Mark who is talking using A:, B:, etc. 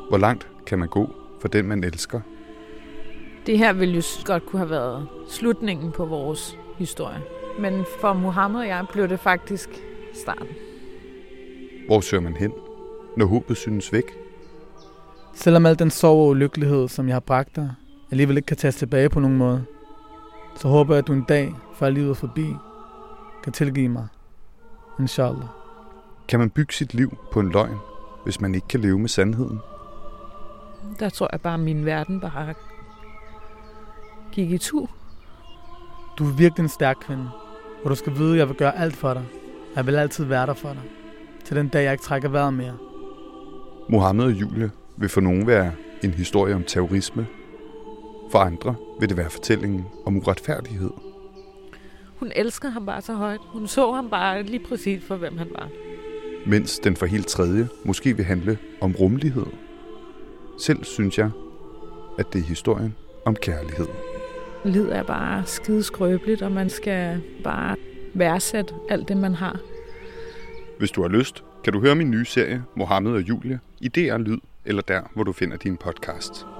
A: Hvor langt kan man gå for den, man elsker?
B: Det her ville jo godt kunne have været slutningen på vores historie. Men for Mohammed og jeg blev det faktisk starten.
A: Hvor søger man hen, når håbet synes væk?
C: Selvom al den sorg og ulykkelighed, som jeg har bragt dig, alligevel ikke kan tages tilbage på nogen måde, så håber jeg, at du en dag, før livet er forbi, kan tilgive mig. Inshallah.
A: Kan man bygge sit liv på en løgn, hvis man ikke kan leve med sandheden?
B: Der tror jeg bare, at min verden bare gik i tu.
C: Du er virkelig en stærk kvinde, og du skal vide, at jeg vil gøre alt for dig. Jeg vil altid være der for dig, til den dag, jeg ikke trækker vejret mere.
A: Mohammed og Julie vil for nogen være en historie om terrorisme. For andre vil det være fortællingen om uretfærdighed.
B: Hun elsker ham bare så højt. Hun så ham bare lige præcis for, hvem han var.
A: Mens den for helt tredje måske vil handle om rummelighed. Selv synes jeg, at det er historien om kærlighed.
B: Livet er bare skideskrøbeligt, og man skal bare værdsætte alt det, man har.
A: Hvis du har lyst, kan du høre min nye serie, Mohammed og Julie, i DR Lyd eller der, hvor du finder din podcast.